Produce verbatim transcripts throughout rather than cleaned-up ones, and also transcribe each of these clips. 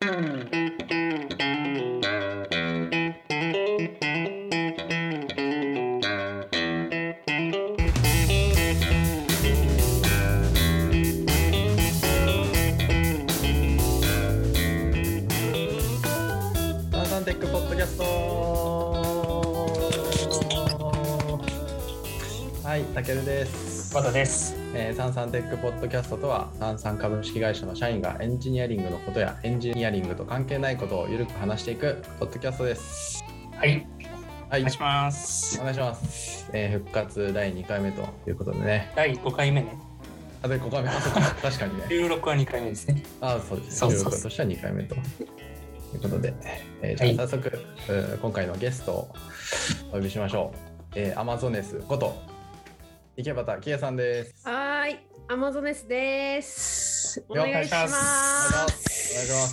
サンサンテックポッドキャスト。はい、たけるです。 和田です。 えー、サンサンテックポッドキャストとは、サンサン株式会社の社員がエンジニアリングのことやエンジニアリングと関係ないことをゆるく話していくポッドキャストです。 はい、 はい、 お願いします。 お願いします。えー、復活だいにかいめということでね。 だいごかいめね。 あ、だいごかいめ。あ、そうか、確かにね。 じゅうろくはにかいめですね。 あ、そうですね。 そうそうそうじゅうろくとしてはにかいめということで、えー、じゃあ早速、はい、今回のゲストをお呼びしましょう。えー、アマゾネスこと池端喜恵さんです。 はい、アマゾネスです。お願いします。 お願いします。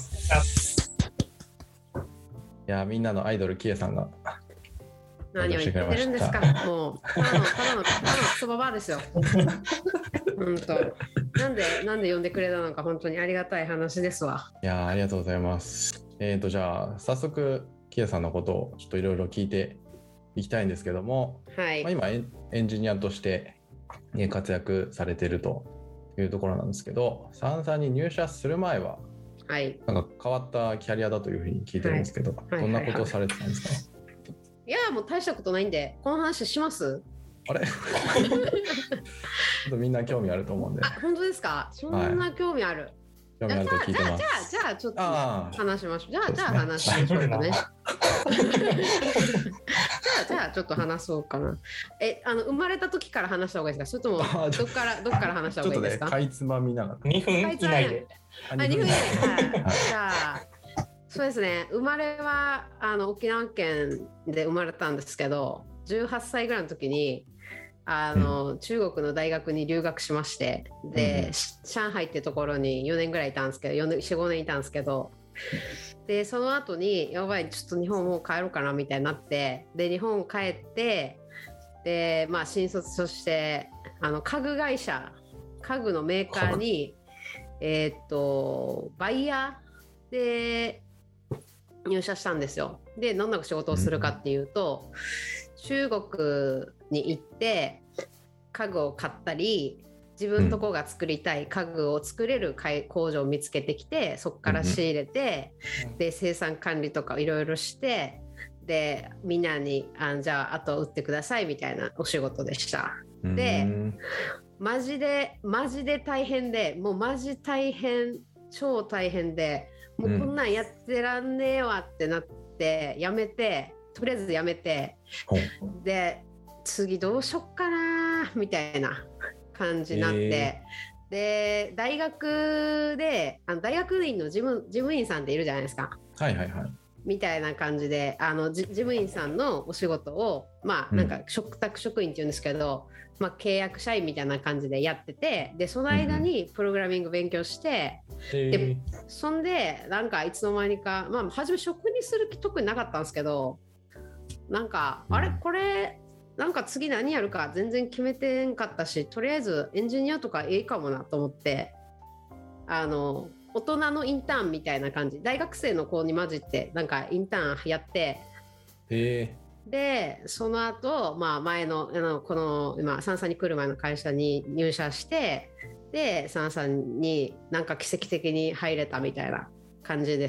いや、みんなのアイドル喜恵さんが何を言ってるんですか。もうただのただのただのクソババアですよ。本当。なんでなんで呼んでくれたのか本当にありがたい話ですわ。 いや、ありがとうございます。えーとじゃあ早速喜恵さんのことをちょっといろいろ聞いていきたいんですけども、 はい。 まあ、今エン、エンジニアとして活躍されているというところなんですけど、サンサンに入社する前は、 はい、 なんか変わったキャリアだというふうに聞いてるんですけど、はい、どんなことをされてたんですか。はいはいはい、 いやもう大したことないんでこの話します。 あれちょっとみんな興味あると思うんで。 あ、本当ですか。そんな興味ある、はい、 興味あると聞いてます。 じゃあじゃあじゃあちょっと話しましょう。じゃあじゃあ話しましょうかね。じゃあじゃあちょっと話そうかな。え、あの生まれた時から話した方がいいですか。それともどっからどっから話した方がいいですか。 ちょっとね、かいつまみながら。 にふん以内で。 あ、にふん以内。はい。じゃあそうですね。生まれはあの沖縄県で生まれたんですけど、じゅうはっさいぐらいの時に。あの、うん、中国の大学に留学しまして、で、うん、上海ってところによねんぐらいいたんですけど、よん、ごねんいたんですけど、でその後にやばい、ちょっと日本もう帰ろうかなみたいになって、で日本帰って、でまあ新卒としてあの家具会社家具のメーカーにえー、っとバイヤーで入社したんですよ。でどんな仕事をするかっていうと、うん、中国に行って家具を買ったり、自分とこが作りたい家具を作れる工場を見つけてきて、そこから仕入れて、うん、で生産管理とかいろいろして、でみんなにあじゃああと売ってくださいみたいなお仕事でした。でマジでマジで大変で、もうマジ大変超大変で、もうこんなんやってらんねえわってなってやめて、とりあえずやめて、で次どうしよっかなみたいな感じになって、で大学であの大学院の事務、事務員さんっているじゃないですか。 はいはいはい。 みたいな感じであの事務員さんのお仕事をまあなんか嘱託職員っていうんですけど、うん、まあ、契約社員みたいな感じでやってて、でその間にプログラミング勉強して、うん、でそんでなんかいつの間にか、まあ初め職にする気特になかったんですけど、なんか、うん、あれこれなんか次何やるか全然決めてんかったし、とりあえずエンジニアとかいいかもなと思って、あの大人のインターンみたいな感じ、大学生の子に混じってなんかインターンやって、 へでその後、まあ前のあのこの今サンサンに来る前の会社に入社して、でサンサンになんか奇跡的に入れたみたいな感じです。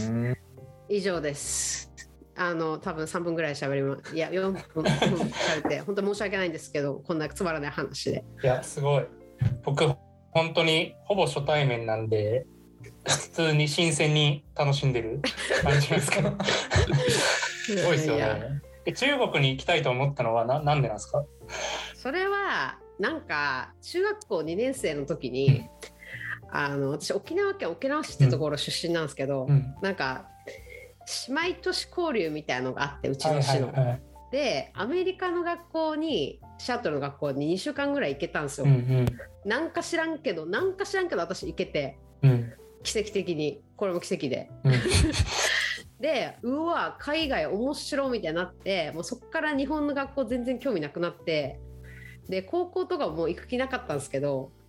以上です。あの多分さんぷんぐらい喋ります。いやよんぷん喋って本当申し訳ないんですけど、こんなつまらない話で。 いやすごい、僕本当にほぼ初対面なんで普通に新鮮に楽しんでる感じですけどすごいですよね。中国に行きたいと思ったのはななんでなんですか。 それはなんか中学校にねん生の時にあの私沖縄県沖縄市ってところ出身なんですけど、うん、なんか姉妹都市交流みたいなのがあって、うちの市の、はいはいはい、でアメリカの学校にシャトルの学校ににしゅうかんぐらい行けたんですよ、うんうん、なんか知らんけどなんか知らんけど私行けて、うん、奇跡的にこれも奇跡で、うん、でうわ海外面白いみたいになって、もうそっから日本の学校全然興味なくなって、で高校とかも行く気なかったんですけど、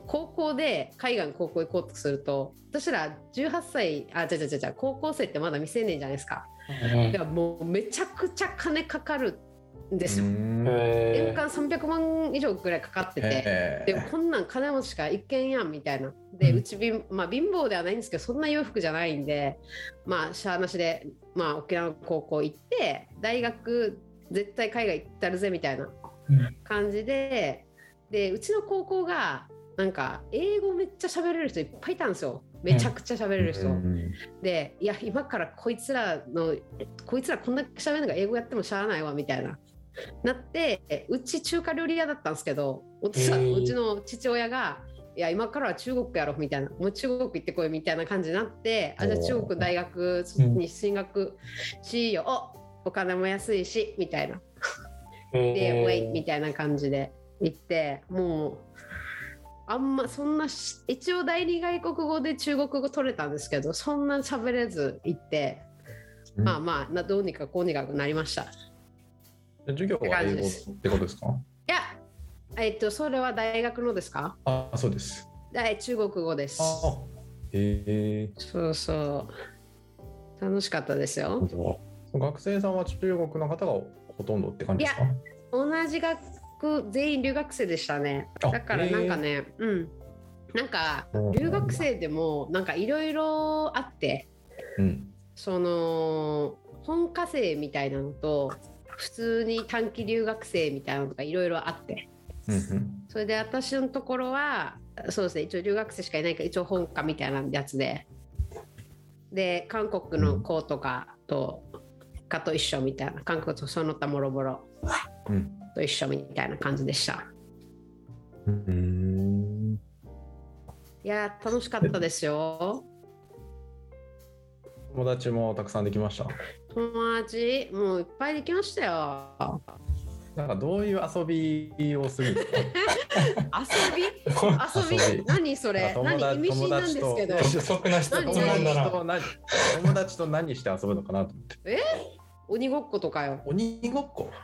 高校で海外の高校行こうとすると私らじゅうはっさいあ違う違う違う高校生ってまだ未成年じゃないですか、うん、いやもうめちゃくちゃ金かかるんですよ。年間さんびゃくまん以上ぐらいかかってて、でもこんなん金持ちしか一軒やんみたいなで、うち貧、まあ、貧乏ではないんですけどそんな裕福じゃないんでまあしゃあなしで、まあ、沖縄の高校行って大学絶対海外行ったるぜみたいな感じで、でうちの高校がなんか英語めっちゃ喋れる人いっぱいいたんですよ。めちゃくちゃ喋れる人、うん、でいや今からこいつらのこいつらこんだけ喋るのが英語やってもしゃあないわみたいななってうち中華料理屋だったんですけどうちの父親がいや今からは中国やろみたいなもう中国行ってこいみたいな感じになってあじゃあ中国大学に進学しよう、お, お金も安いしみたいなでウェイみたいな感じで行ってもうあんまそんな一応第二外国語で中国語取れたんですけどそんな喋れず行って、うん、まあまあどうにかこうにかなりました。 授業は英語ってことですか？ いや、えっとそれは大学のですか？ あ、そうです。 中国語です。 あ、へえ。そうそう楽しかったですよ。 学生さんは中国の方がほとんどって感じですか？いや、 同じ学全員留学生でしたね。だからなんかね、うん、なんか留学生でもなんかいろいろあって、うん、その本科生みたいなのと普通に短期留学生みたいなのとかいろいろあって、うんうん、それで私のところはそうですね一応留学生しかいないから一応本科みたいなやつで、で韓国の子とかと、うん、かと一緒みたいな韓国とその他もろもろ。うんと一緒みたいな感じでした。うーんいや楽しかったですよ。 友達もたくさんできました？ 友達もういっぱいできましたよ。 なんかどういう遊びをするんですか？ 遊び遊び何それ何意味深なんですけど不足な質問なんだな。 友達と何して遊ぶのかなと思って。 え鬼ごっことかよ。 鬼ごっこ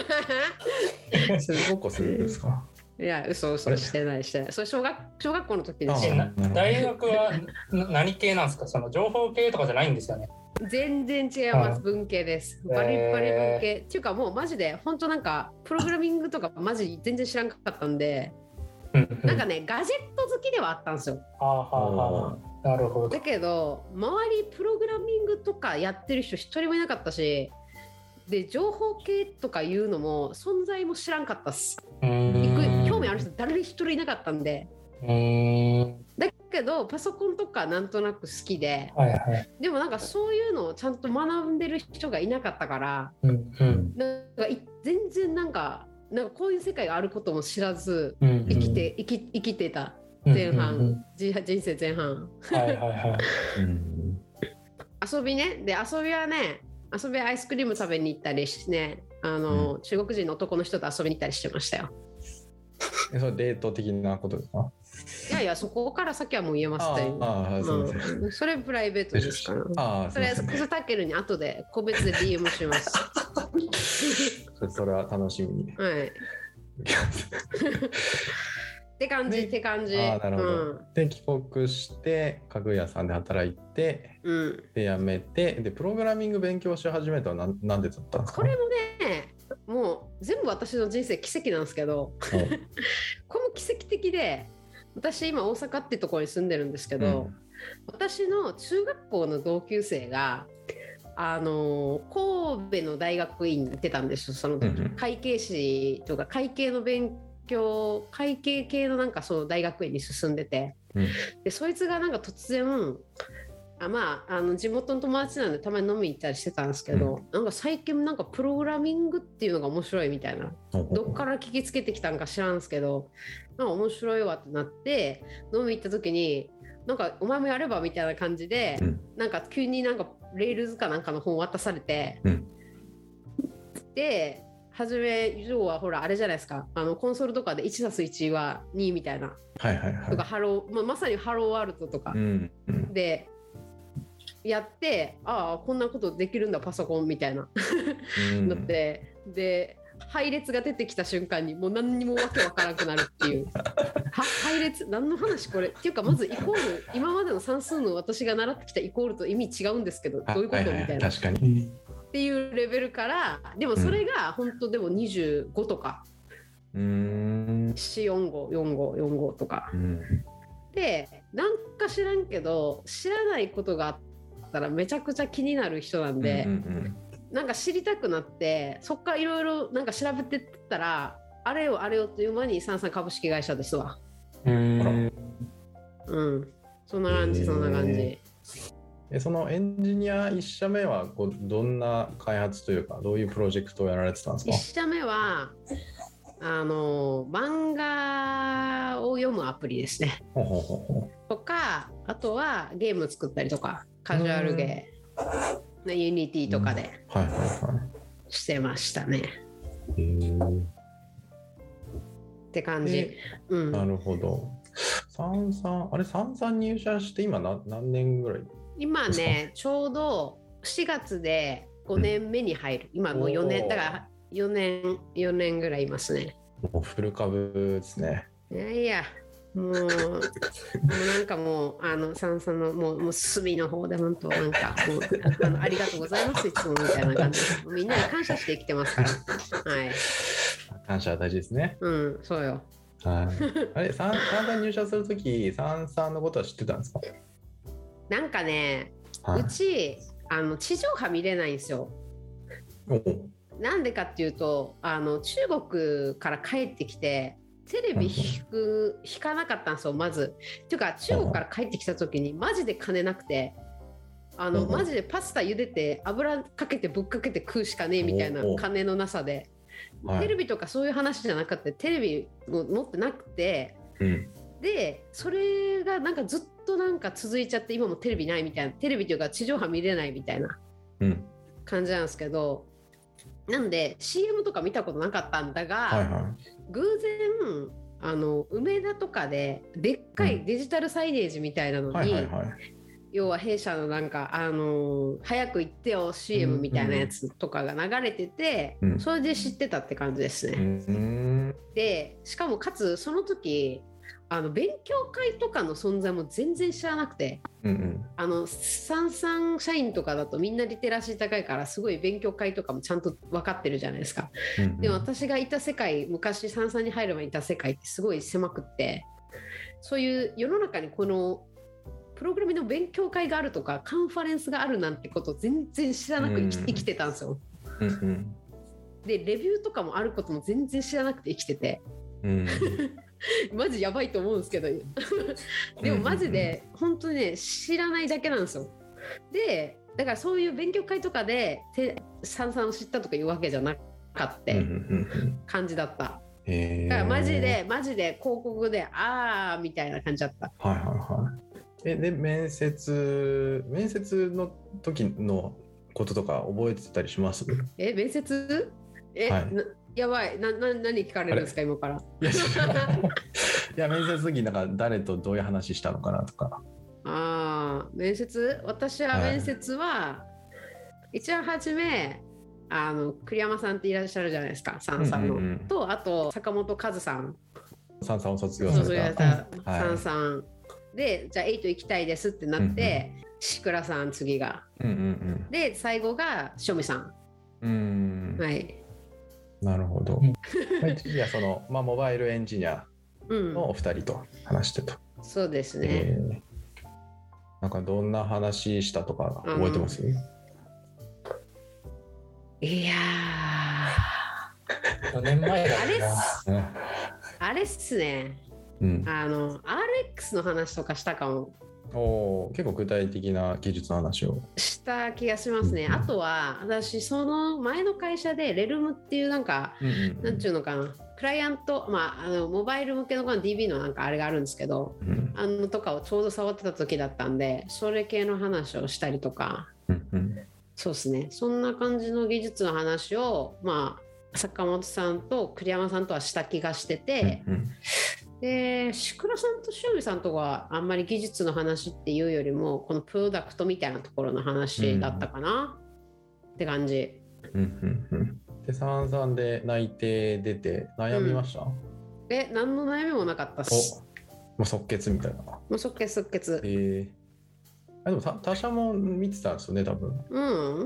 鬼ごっこするんですか？ いや嘘嘘してないしてない。それ小学小学校の時でした。 大学は何系なんですか？その情報系とかじゃないんですよね。 全然違います。文系です。バリバリ文系、えー、っていうかもうマジで本当なんかプログラミングとかマジ全然知らんかったんでなんかねガジェット好きではあったんですよ。 あははなるほど。 だけど周りプログラミングとかやってる人一人もいなかったしで情報系とかいうのも存在も知らんかったっす。興味ある人誰一人いなかったんで。うーんだけどパソコンとかなんとなく好きで、はいはい、でもなんかそういうのをちゃんと学んでる人がいなかったから、うんうん、なんか全然なんかなんかこういう世界があることも知らず生きて、うんうん、生き、生きてた前半、うんうんうん、人生前半はいはい、はい遊びねで遊びはね遊びアイスクリーム食べに行ったりしてねあの、うん、中国人の男の人と遊びに行ったりしてましたよ。 えそれデート的なことですか？ いやいやそこから先はもう言えますね。ああそうですね、うん、それプライベートですからあそれクソタケルに後で個別で ディーエム しますそれは楽しみにはいって感じって感じ。 あなるほど、うん、で帰国して家具屋さんで働いて、うん、で辞めてでプログラミング勉強し始めたのは何でだったんですか？ これもねもう全部私の人生奇跡なんですけどこれも奇跡的で私今大阪ってところに住んでるんですけど、うん、私の中学校の同級生があの神戸の大学院に行ってたんですよその時、うん、会計士とか会計の勉強会計系のなんかその大学院に進んでて、うん、でそいつがなんか突然あまあ、あの地元の友達なんでたまに飲みに行ったりしてたんですけど、うん、なんか最近なんかプログラミングっていうのが面白いみたいな、うん、どっから聞きつけてきたんか知らんすけどなんか面白いわってなって飲み行った時になんかお前もやればみたいな感じで、うん、なんか急になんかレールズかなんかの本渡されて、うん、で初め要はほらあれじゃないですかあのコンソールとかで いちたすいち はにみたいな、はいはいはい、とかハロー、まあ、まさにハローワールドとか、うんうん、でやってああこんなことできるんだパソコンみたいなのってで配列が出てきた瞬間にもう何にもわけわからなくなるっていうは配配列何の話これっていうか、まずイコール今までの算数の私が習ってきたイコールと意味違うんですけど、どういうこと、はいはい、みたいな確かにっていうレベルから、でもそれが本当でもにじゅうごとか、 うーん、 よんご、よんご、よんごとか、うん、でなんか知らんけど知らないことがあったらめちゃくちゃ気になる人なんで、うんうんうん、なんか知りたくなってそっからいろいろなんか調べてったらあれよあれよという間にサンサン株式会社ですわ。うん、うん、そんな感じそんな感じ。 えそのエンジニアいっ社目はこうどんな開発というかどういうプロジェクトをやられてたんですか？ いっ社目はあの漫画を読むアプリですね。ほうほうほうほうとか、あとはゲーム作ったりとかカジュアルゲー、ユニティとかでしてましたね。へーって感じ、 うん、なるほど。サンサンあれサンサン入社して今 何, 何年ぐらい？ 今ねちょうどしがつでごねんめに入る、うん、今もうよねんだからよねんよねんぐらいいますね。 もうフル株ですね。 いやいやもうもうなんかもうあのサンサンのもうもう隅の方で本当なんかもう あ, のありがとうございますいつもみたいな感じでみんなに感謝して生きてますからはい。 感謝は大事ですね。 うんそうよ。 はい。あれサンサン入社するときサンサンのことは知ってたんですか？ なんかね、はい、うちあの地上波見れないんですよ。なんでかっていうとあの中国から帰ってきてテレビ引く引かなかったんですよまず。っていうか中国から帰ってきた時にマジで金なくてあのマジでパスタ茹でて油かけてぶっかけて食うしかねえみたいな金のなさで、テレビとかそういう話じゃなくてテレビを持ってなくて、うん、でそれがなんかずっとなんか続いちゃって今もテレビないみたいな、テレビというか地上波見れないみたいな感じなんですけど、なんで シーエム とか見たことなかったんだが、はいはい、偶然あの梅田とかででっかいデジタルサイネージみたいなのに、うんはいはいはい、要は弊社のなんかあの早く行ってよ シーエム みたいなやつとかが流れてて、うんうん、それで知ってたって感じですね、うん、でしかもかつその時あの勉強会とかの存在も全然知らなくて、うんうん、あのサンサン社員とかだとみんなリテラシー高いからすごい勉強会とかもちゃんと分かってるじゃないですか、うんうん、でも私がいた世界昔サンサンに入る前にいた世界ってすごい狭くって、そういう世の中にこのプログラミングの勉強会があるとかカンファレンスがあるなんてことを全然知らなく生き、うん、生きてたんですよ、うんうん、でレビューとかもあることも全然知らなくて生きてて、うんマジやばいと思うんですけどでもマジで本当にね知らないだけなんですよ。でだからそういう勉強会とかでサンサンを知ったとかいうわけじゃなかった感じだった。だからマジでマジで広告であーみたいな感じだった。はいはいはい。 えで面接面接の時のこととか覚えてたりします？ え面接え、はいやばいなな何聞かれるんですか今から。いやいや面接の時なんか誰とどういう話したのかなとか。 ああ面接私は面接は、はい、一番初めあの栗山さんっていらっしゃるじゃないですかサンさんの、うんうんうん、とあと坂本和さんサンさんを卒業されたサンさんでじゃあエイト行きたいですってなって、うんうん、シクラさん次が、うんうんうん、で最後が塩見さん、うん、 はいなるほど。次はその、まあ、モバイルエンジニアのお二人と話してと、 うん、そうですね、えー、 なんかどんな話したとか覚えてます？ いやーよねんまえだあれっす、うん、あれっすね、うん、あの アールエックス の話とかしたかも。 お結構具体的な技術の話をした気がしますね、うん、あとは私その前の会社でレルムっていうなんか、うんうんうん、なんていうのかなクライアント、まあ、あのモバイル向けの ディービー のなんかあれがあるんですけど、うん、あのとかをちょうど触ってた時だったんでそれ系の話をしたりとか、うんうん、そうですねそんな感じの技術の話をまあ坂本さんと栗山さんとはした気がしてて、うんうんでシクラさんと塩見さんとはあんまり技術の話っていうよりもこのプロダクトみたいなところの話だったかな、うん、って感じ、うんうんうん、でサンサンで内定出て悩みました？うん、 え何の悩みもなかったっす。 う即決みたいな。 もう即決即決。 えー、あでも他社も見てたんですよね多分。 うん。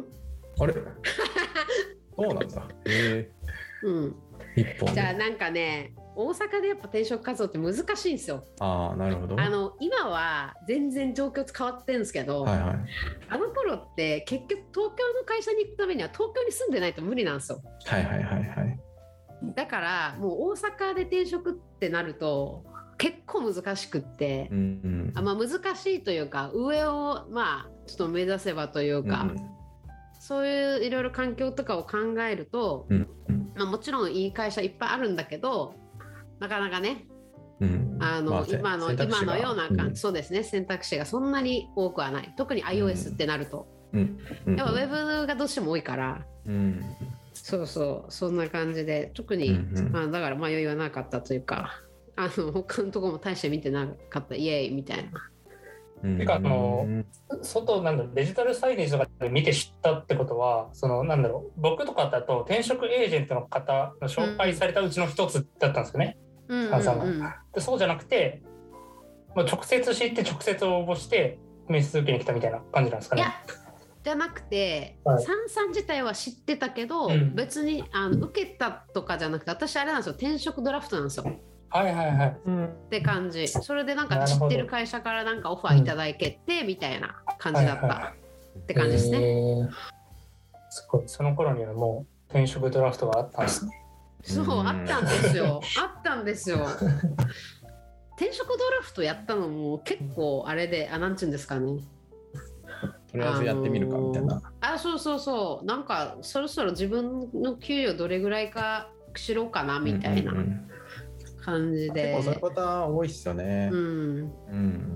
あれそうなんだ。えー、うん。 一本。 じゃあなんかね、大阪でやっぱ転職活動って難しいんですよ。 ああ、なるほど。 あの今は全然状況変わってるんですけど、 はいはい、 あの頃って結局東京の会社に行くためには東京に住んでないと無理なんですよ。 はいはいはいはい。 だからもう大阪で転職ってなると結構難しくって、うんうん、あまあ、難しいというか上をまあちょっと目指せばというか、うんうん、そういういろいろ環境とかを考えると、うんうんまあ、もちろんいい会社いっぱいあるんだけどなかなかね、うん、あの、まあ、今の今のような感じ、うん、そうですね、選択肢がそんなに多くはない。特に iOS ってなると、うんうん、やっぱウェブがどうしても多いから、うん、そうそうそんな感じで特に、うんうん、あだから迷いはなかったというか、あの他のところも大して見てなかった、イエーイみたいな。 てかあの外なんだデジタルサイネージとかで見て知ったってことは、そのなんだろう、僕とかだと転職エージェントの方の紹介されたうちの一つだったんですよね、うんうんうん、でそうじゃなくて、まあ、直接知って直接応募して面接受けに来たみたいな感じなんですかね。 いやじゃなくて、はい、サンさん自体は知ってたけど、うん、別にあの受けたとかじゃなくて、私あれなんですよ、転職ドラフトなんですよ。 はいはいはい、 うん、って感じ。それでなんか知ってる会社からなんかオファーいただけてみたいな感じだったって感じですね、 うんはいはい、すごい。その頃にはもう転職ドラフトがあったんですね。 そう、あったんですよあったんですよ転職ドラフトやったのも結構あれで、あ、なんちゅうんですかね、 とりあえずやってみるかみたいな、 あのー、あそうそうそう、なんかそろそろ自分の給与どれぐらいか知ろうかなみたいな感じで、うんうんうん、 結構そういう方多いっすよね、うんうん、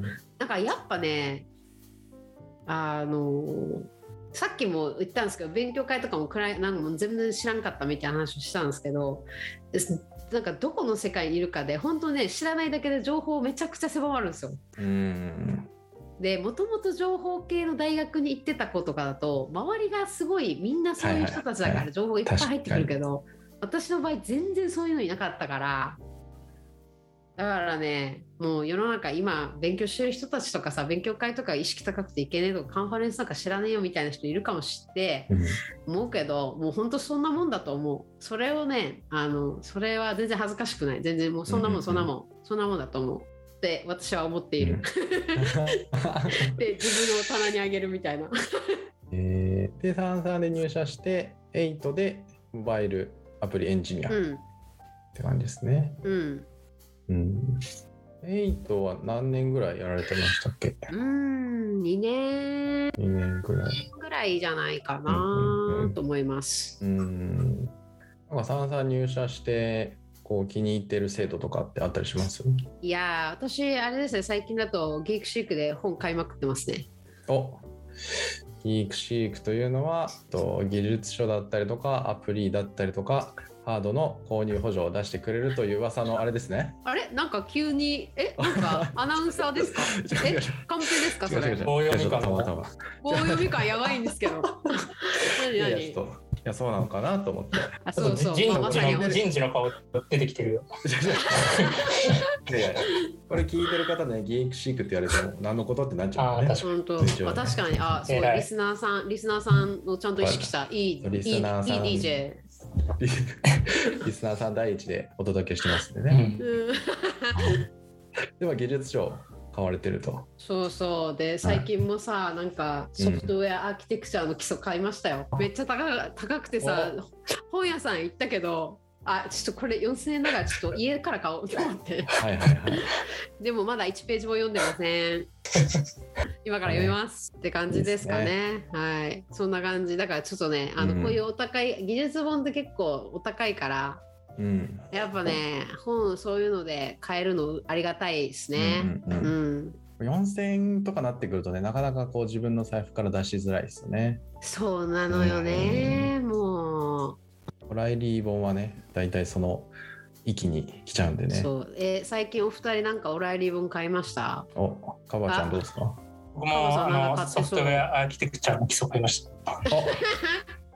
なんかやっぱね、あのー、さっきも言ったんですけど、勉強会とかもくらいなんかも全然知らんかったみたいな話をしたんですけど、なんかどこの世界にいるかで本当ね、知らないだけで情報めちゃくちゃ狭まるんですよ。うんで、もともと情報系の大学に行ってた子とかだと周りがすごいみんなそういう人たちだから情報いっぱい入ってくるけど、はいはいはい、私の場合全然そういうのいなかったから、だからね、もう世の中今勉強してる人たちとかさ、勉強会とか意識高くていけねえとか、カンファレンスなんか知らねえよみたいな人いるかもしって思うけど、もう本当そんなもんだと思う。それをね、あのそれは全然恥ずかしくない、全然もうそんなもんそんなもんそんなもんだと思うって私は思っている、うん、で自分を棚にあげるみたいなえー、でさんさんで入社してエイトでモバイルアプリエンジニアって感じですね。うん、うん、エイトは何年ぐらいやられてましたっけ？ うーん、にねんにねんぐらいぐらいじゃないかなと思います。うん、うん、 なんかさんさん入社してこう気に入ってる生徒とかってあったりします？ いやー、私あれですね、最近だとギークシークで本買いまくってますね。 お、ギークシークというのはと技術書だったりとかアプリだったりとかハードの購入補助を出してくれるという噂のあれですね。 あれ、なんか急にえ、なんかアナウンサーですか？え、カンペですかそれ？ 棒読み感が棒読み感やばいんですけど。何何？ いや、そうなのかなと思って。 あ、そうそう。 人事の、 まあ、 人事の顔出てきてるよ。 いやいや、これ聞いてる方ね、ギークシークって言われても何のことってなっちゃう、ね。 あ、確かに。まあ、確かに、あ、そう、リスナーさん、リスナーさんをちゃんと意識したいい、いい、いい ディージェー。 リスナーさん第一でお届けしてますんでね。では技術書買われてると。 そうそうで、最近もさ、はい、なんかソフトウェアアーキテクチャの基礎買いましたよ、うん、めっちゃ 高, 高くてさ、本屋さん行ったけど、あ、ちょっとこれよんせんえんだからちょっと家から買おうと思ってはいはい、はい、でもまだいちページも読んでません今から読みます、はい、って感じですかね。いいですね、はい、そんな感じだからちょっとね、あの、うん、こういうお高い技術本って結構お高いから、うん、やっぱね、本そういうので買えるのありがたいですね。うんうんうんうん、よんせんえんとかなってくるとね、なかなかこう自分の財布から出しづらいですよね。 そうなのよね、うん、もうオライリー本はね、だいたいその域に来ちゃうんでね。 そう、えー、最近お二人なんかオライリー本買いました？ お、カバちゃんどうですか？ 僕もあのソフトウェアアーキテクチャの基礎買いました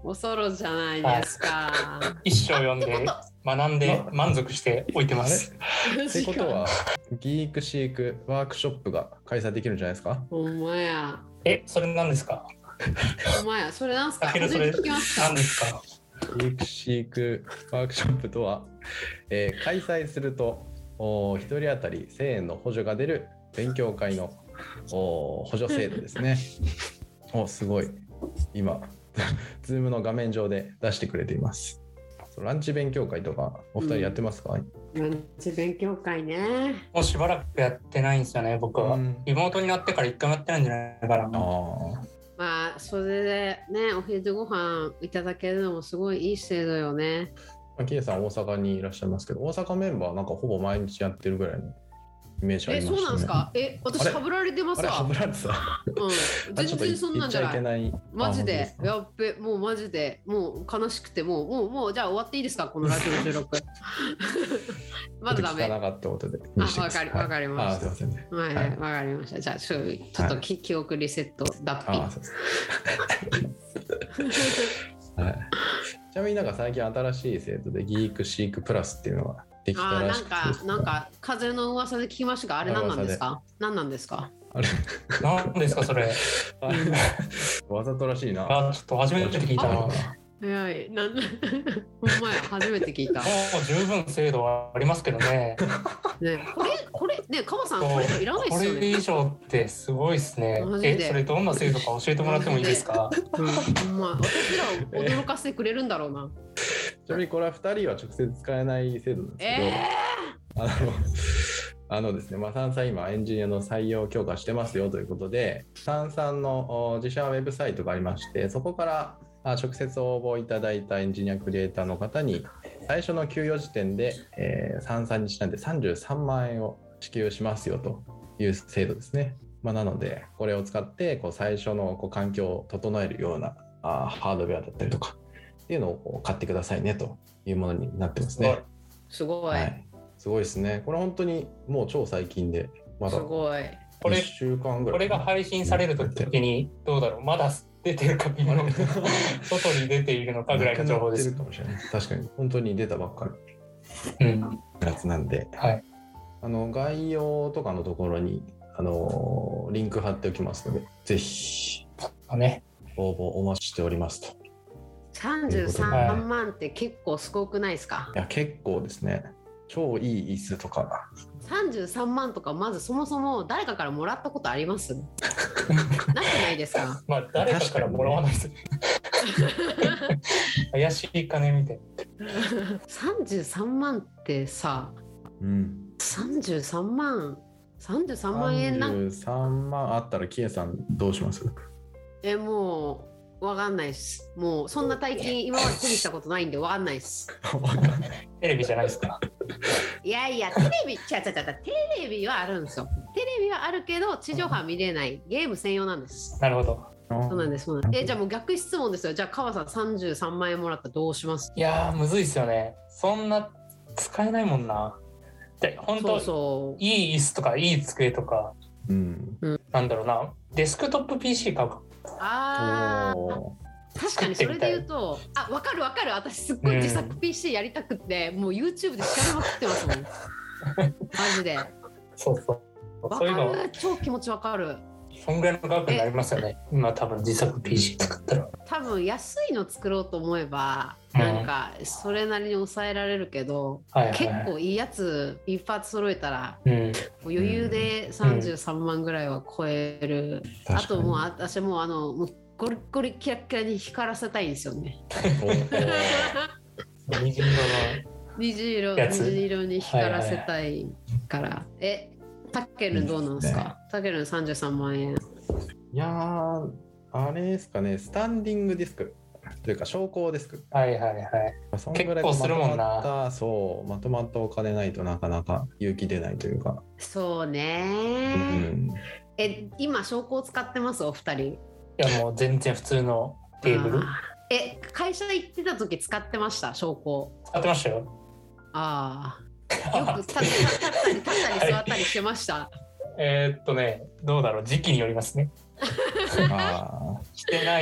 恐ろじゃないですか。 一生読んで学んで満足しておいてます。 ってことはギークシークワークショップが開催できるんじゃないですか。 ほんまや。 え、それ何ですか。 ほんまや、それなんすか。 それ何ですか。 ギークシークワークショップとは、えー、開催するとひとり当たりせんえんの補助が出る勉強会の補助制度ですね。お、すごい。今ズームの画面上で出してくれています。ランチ勉強会とかお二人やってますか。 うん、ランチ勉強会ね。 もうしばらくやってないんですよね、僕は。リモートになってから一回もやってないんじゃないかな。 あ、 まあそれでね、お昼ご飯いただけるのもすごいいい制度よね。 キエさん大阪にいらっしゃいますけど、大阪メンバーなんかほぼ毎日やってるぐらいのイメージありましたね。 え、そうなんですか。え、私ハブられてますわ。 ハブられてた。 うん、全然そんなんじゃない。マジで、やっべ、もうマジで、もう悲しくて、もうもうもうじゃあ終わっていいですか、このラジオ収録。まだダメ。 聞かなかったことで。 あ、わかりわかりました。 あ、すいませんね。 はい、わかりました。じゃあちょっと記憶リセット脱皮。 あ、そうです。はい。ちなみになんか最近新しい制度でギークシークプラスっていうのができたらしくて、 あ、なんかなんか風の噂で聞きましたが、あれ何なんですか。何なんですか。 あれ何ですかそれ。 わざとらしいな。 あ、ちょっと初めて聞いたな。 いやいや、なんほんまや、初めて聞いた。 もう十分制度はありますけどね。 ね、これこれね、カバさんこれいらないですよね。 これ以上ってすごいですね。え、それどんな制度か教えてもらってもいいですか。 うん、ほんま、私らを驚かせてくれるんだろうな。 ちなみにこれはふたりは直接使えない制度なんですけど、 えー、 あのあのですね、まあ、サンさん今エンジニアの採用強化してますよということで、サンさんの自社ウェブサイトがありまして、そこから直接応募いただいたエンジニアクリエイターの方に最初の給与時点で、えー、サンさんにちなんでさんじゅうさんまんえんを支給しますよという制度ですね。まあ、なのでこれを使ってこう最初のこう環境を整えるようなあハードウェアだったりとかっていうのをこう買ってくださいねというものになってますね。 すごい、 はい、すごいですね。これ本当にもう超最近で、まだすごい。 これいっしゅうかんぐらい。 これが配信される時にどうだろう、まだ出てるか微妙な外に出ているのかぐらいの情報です。 かもしれない。確かに本当に出たばっかりのやつなんで、 うん、はい、 あの概要とかのところにあのリンク貼っておきますので、ぜひね、 応募お待ちしておりますと。 さんじゅうさんまんって結構すごくないですか。 いや結構ですね。超いい椅子とかさんじゅうさんまんとか、まずそもそも誰かからもらったことありますなくないですか。 まあ誰かからもらわないです怪しい金みたいさんじゅうさんまんってさ、うん、さんじゅうさんまんさんじゅうさんまん円なさんじゅうさんまんあったらキエさんどうします。 え、もうわかんないです。もうそんな大金今まで手にしたことないんでわかんないです。 テレビじゃないですか。 いやいや、テレビ、ちゃちゃちゃ、テレビはあるんですよ。テレビはあるけど地上波見れない、ゲーム専用なんです。 なるほど。 そうなんです。そうなんです。え、じゃあもう逆質問ですよ。じゃあ川さんさんじゅうさんまんえんもらったらどうします。 いやーむずいっすよね。そんな使えないもんな。で本当そうそう、いい椅子とかいい机とか、うん、なんだろうな、デスクトップ ピーシー 買うか。 あー、確かにそれで言うと、あ、分かる分かる。私すっごい自作 ピーシー やりたくて、うん、もう YouTube で調べまくってますもんマジで。 そうそう、 分かる。そういうの超気持ち分かる。 そんぐらいの額になりますよね。今多分自作 ピーシー 作ったら多分安いの作ろうと思えば、うん、なんかそれなりに抑えられるけど、はいはいはい、結構いいやついっぱい揃えたら、うん、もう余裕でさんじゅうさんまんぐらいは超える、うん、あともう私もうあのもうゴリゴリキラキラに光らせたいんですよね虹色の虹色虹色に光らせたいから、はいはいはい、えタケルンどうなんですか。タケルンさんじゅうさんまんえん。いやー、あれですかね、スタンディングディスクというか昇降ディスク。 はいはいはい。 そんぐらい結構するもんな。そう、まとまったお金ないとなかなか勇気出ないというか。 そうねー、うん、え、今昇降使ってますお二人。 いやもう全然普通のテーブル。 え、会社行ってた時使ってました昇降。 使ってましたよ。 ああ。よく立ったり立ったり立ったり座ったりしてました、はい、 えー、っとねどうだろう、時期によりますねあしてない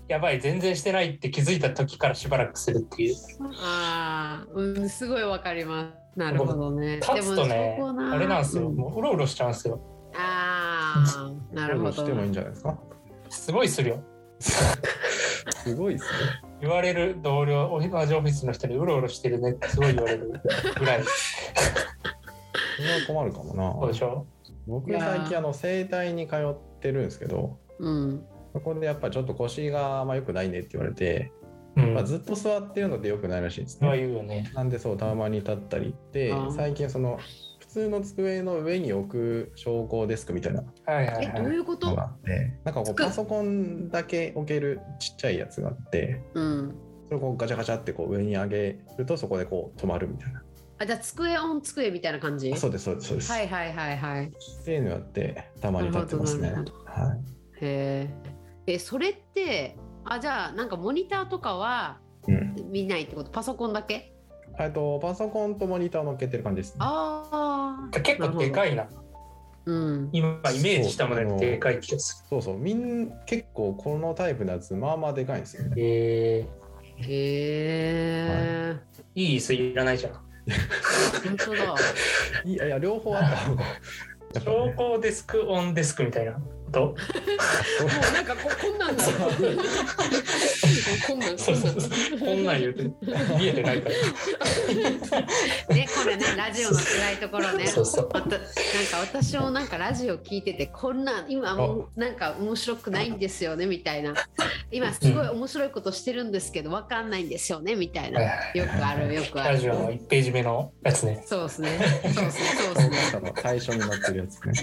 やばい全然してないって気づいた時からしばらくするっていう。 ああ、うん、すごいわかります。なるほどね。 立つとね、あれなんですよ、うん、もううろうろしちゃうんですよ。 ああ、なるほど。 してもいいんじゃないですか。 すごいするよ。 すごいですね。 言われる同僚、同じオフィスの人にうろうろしてるねってすごい言われるぐらい。 それは困るかもな。 そうでしょ。 僕最近あの整体に通ってるんですけど、 うん、 そこでやっぱりちょっと腰があんま良くないねって言われて、うん、まあ、ずっと座ってるので良くないらしいですね。 言うよね。 なんでそうたまに立ったりで、最近その普通の机の上に置く昇降デスクみたいなのがあって、なんかこうパソコンだけ置けるちっちゃいやつがあって、 うん、 それをこうガチャガチャってこう上に上げるとそこでこう止まるみたいな。 あ、じゃあ机オン机みたいな感じ？ そうですそうですそうです。 はいはいはいはい。 っていうのやってたまに立ってますね。はい。 へえ。それってあ、じゃあなんかモニターとかは見ないってこと？うん、パソコンだけ？ えっとパソコンとモニターを乗っけてる感じですね。 ああ。 結構でかいな。 うん。 今イメージしたものよりでかい気がする。 そうそう、みん結構このタイプのやつまあまあでかいんですよね。 へえ。 へえ。 いい椅子いらないじゃん。 本当だ。 いやいや両方あった方が。 昇降デスクオンデスクみたいなこと。もうなんか こ, こんなんだ。こんなんそうそうそうこんなん言うて見えてないから。 ね、これねラジオの辛いところね。そうそう。なんか私もなんかラジオ聞いててこんな今もうなんか面白くないんですよねみたいな。今すごい面白いことしてるんですけどわかんないんですよねみたいな。よくあるよくある。 ラジオのいちページ目のやつね。 そうですね。そうですね。そうですね。 最初に載ってるやつね。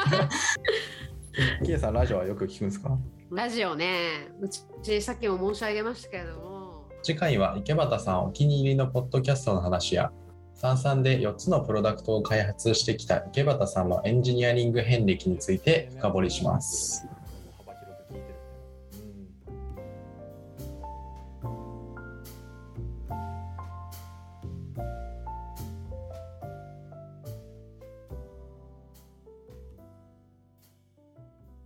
キエさんラジオはよく聞くんですか？ ラジオね、うちさっきも申し上げましたけれども、 次回は池端さんお気に入りのポッドキャストの話やサンサンでよっつのプロダクトを開発してきた池端さんのエンジニアリング遍歴について深掘りします。